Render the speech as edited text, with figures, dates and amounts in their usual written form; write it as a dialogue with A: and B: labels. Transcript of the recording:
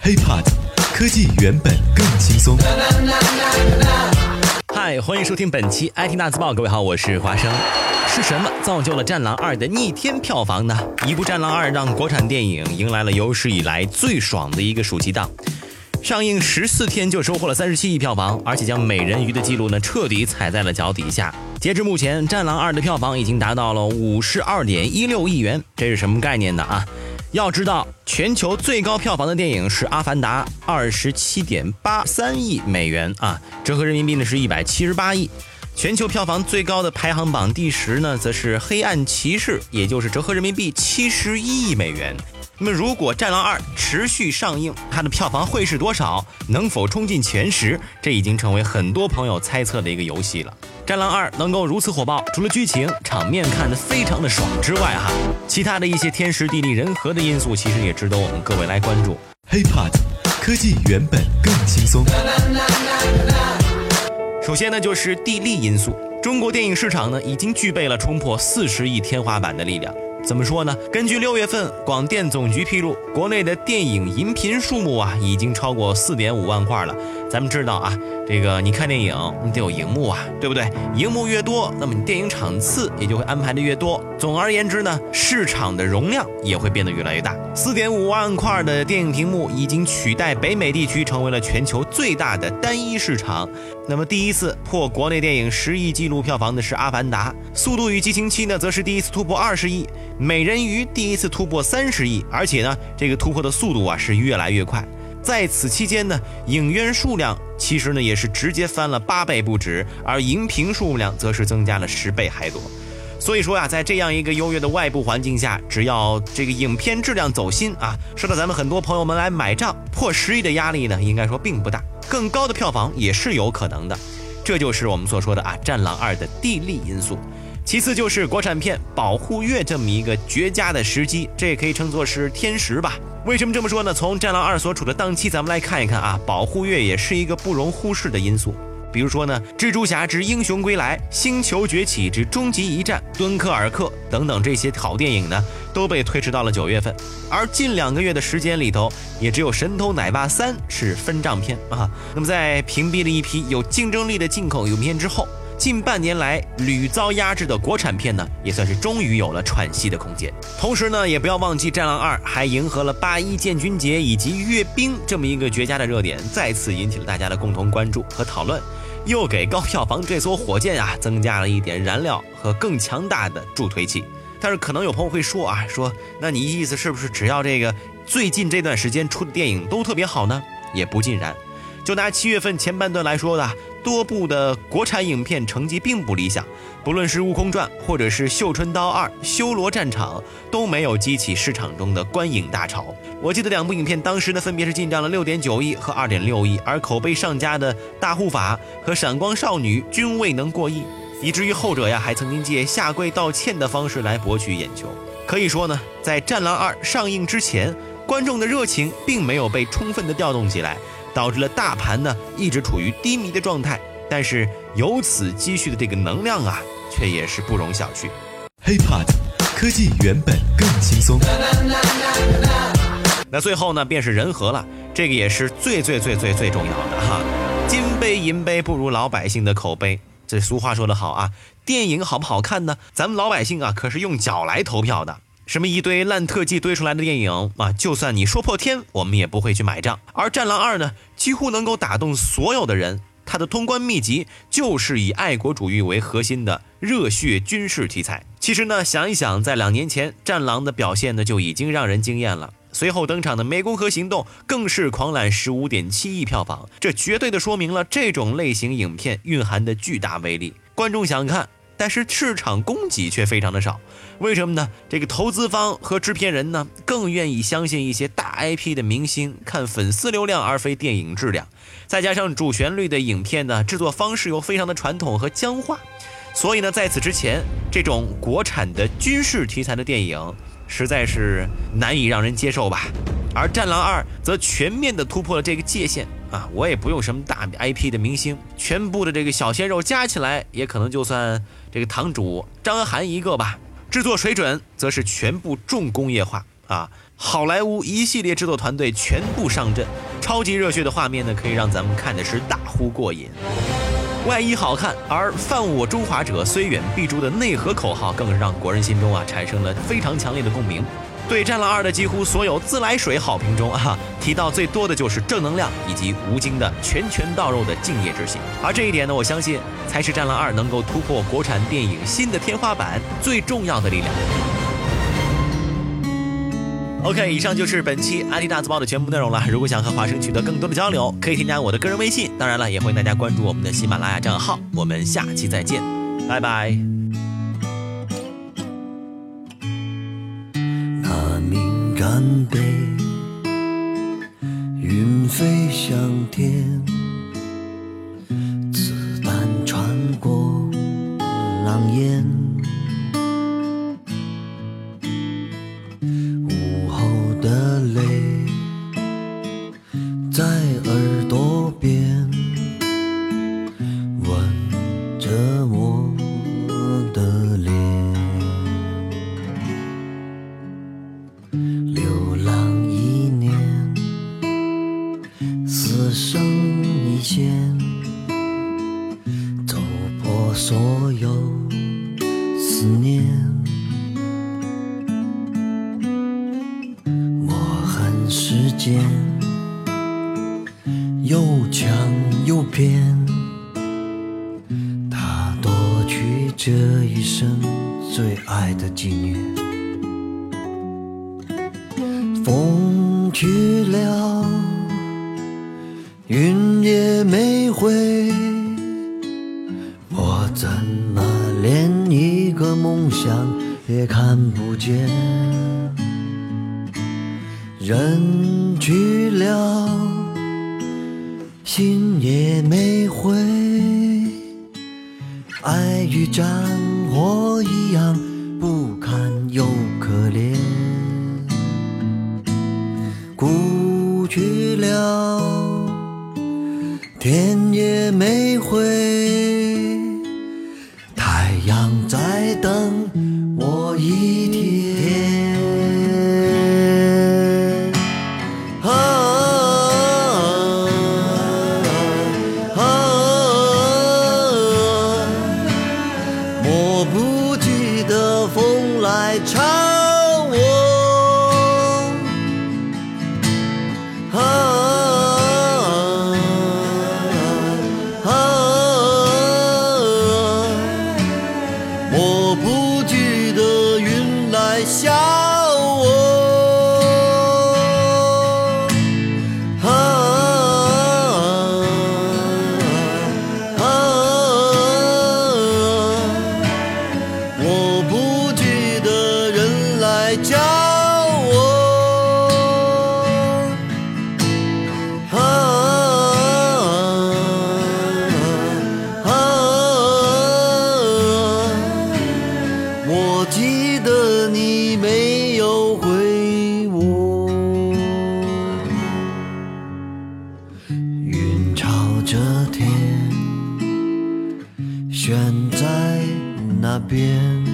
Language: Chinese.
A: HeyPod， 科技原本更轻松。
B: 嗨，欢迎收听本期 IT 大字报，各位好，我是华生。是什么造就了《战狼2》的逆天票房呢？一部《战狼2》让国产电影迎来了有史以来最爽的一个暑期档，上映14天就收获了37亿票房，而且将美人鱼的记录呢彻底踩在了脚底下。截至目前，《战狼2》的票房已经达到了52.16亿元，这是什么概念呢啊？要知道，全球最高票房的电影是《阿凡达》，27.83亿美元啊，折合人民币呢是178亿。全球票房最高的排行榜第10呢，则是《黑暗骑士》，也就是折合人民币71亿美元。那么，如果《战狼2》持续上映，它的票房会是多少？能否冲进前10？这已经成为很多朋友猜测的一个游戏了。《战狼2》能够如此火爆，除了剧情、场面看得非常的爽之外，其他的一些天时地利人和的因素，其实也值得我们各位来关注。
A: HeyPod， 科技原本更轻松。
B: 首先呢，就是地利因素。中国电影市场呢，已经具备了冲破40亿天花板的力量。怎么说呢？根据6月份广电总局披露，国内的电影银屏数目已经超过4.5万块了。咱们知道这个你看电影你得有荧幕对不对？荧幕越多，那么你电影场次也就会安排的越多。总而言之呢，市场的容量也会变得越来越大。4.5万块的电影屏幕已经取代北美地区成为了全球最大的单一市场。那么第一次破国内电影10亿纪录票房的是《阿凡达》，《速度与激情7》呢，则是第一次突破20亿。美人鱼第一次突破30亿，而且呢，这个突破的速度是越来越快。在此期间呢，影院数量其实呢也是直接翻了8倍不止，而荧屏数量则是增加了10倍还多。所以说在这样一个优越的外部环境下，只要这个影片质量走心受到咱们很多朋友们来买账，破10亿的压力呢，应该说并不大，更高的票房也是有可能的。这就是我们所说的《战狼2》的地利因素。其次就是国产片保护月这么一个绝佳的时机，这也可以称作是天时吧。为什么这么说呢？从《战狼2》所处的档期咱们来看一看保护月也是一个不容忽视的因素。比如说呢，蜘蛛侠之英雄归来、星球崛起之终极一战、敦刻尔克等等这些好电影呢，都被推迟到了9月份。而近2个月的时间里头，也只有神偷奶爸3是分账片那么在屏蔽了一批有竞争力的进口影片之后，近半年来屡遭压制的国产片呢，也算是终于有了喘息的空间。同时呢，也不要忘记《战狼2》还迎合了8·1建军节以及阅兵这么一个绝佳的热点，再次引起了大家的共同关注和讨论，又给高票房这艘火箭增加了一点燃料和更强大的助推器。但是可能有朋友会说说那你意思是不是只要这个最近这段时间出的电影都特别好呢？也不尽然。就拿7月份前半段来说多部的国产影片成绩并不理想，不论是《悟空传》或者是《绣春刀2：修罗战场》，都没有激起市场中的观影大潮。我记得2部影片当时呢，分别是进账了6.9亿和2.6亿，而口碑上佳的《大护法》和《闪光少女》均未能过亿，以至于后者还曾经借下跪道歉的方式来博取眼球。可以说呢，在《战狼2》上映之前，观众的热情并没有被充分的调动起来，导致了大盘呢一直处于低迷的状态，但是由此积蓄的这个能量却也是不容小觑。
A: HeyPod， 科技原本更轻松。
B: 那最后呢，便是人和了，这个也是最重要的金杯银杯不如老百姓的口碑。这俗话说得好电影好不好看呢？咱们老百姓可是用脚来投票的。什么一堆烂特技堆出来的电影就算你说破天，我们也不会去买账。而《战狼2》呢，几乎能够打动所有的人。它的通关秘籍就是以爱国主义为核心的热血军事题材。其实呢，想一想，在2年前，《战狼》的表现呢就已经让人惊艳了。随后登场的《湄公河行动》更是狂揽15.7亿票房，这绝对的说明了这种类型影片蕴含的巨大威力。观众想看，但是市场供给却非常的少。为什么呢？这个投资方和制片人呢，更愿意相信一些大 IP 的明星，看粉丝流量而非电影质量。再加上主旋律的影片呢，制作方式又非常的传统和僵化，所以呢，在此之前，这种国产的军事题材的电影实在是难以让人接受吧。而《战狼2》则全面的突破了这个界限我也不用什么大 IP 的明星，全部的这个小鲜肉加起来也可能就算这个堂主张涵一个吧。制作水准则是全部重工业化好莱坞一系列制作团队全部上阵，超级热血的画面呢，可以让咱们看的是大呼过瘾。外衣好看，而犯我中华者虽远必诛的内核口号，更是让国人心中产生了非常强烈的共鸣。对《战狼2》的几乎所有自来水好评中提到最多的就是正能量以及吴京的拳到肉的敬业之心。而这一点呢，我相信才是《战狼2》能够突破国产电影新的天花板最重要的力量。OK， 以上就是本期 IT 大字报的全部内容了。如果想和华生取得更多的交流，可以添加我的个人微信。当然了，也欢迎大家关注我们的喜马拉雅账号。我们下期再见，拜拜。
C: 那敏感背，云飞向天，子弹穿过狼烟。的泪在耳朵边吻着我的脸，流浪一年，死生一线，走破所有思念。时间又强又偏，它夺去这一生最爱的纪念。风去了，云也没回，我怎么连一个梦想也看不见？人去了，心也没回，爱与战火一样不堪又可怜。哭去了，天也没回，太阳在等我一天。迫不及的风来朝我，迫不及的云来笑我，迫不及的人来教我，我记得你没有回我，云朝着天，悬在那边。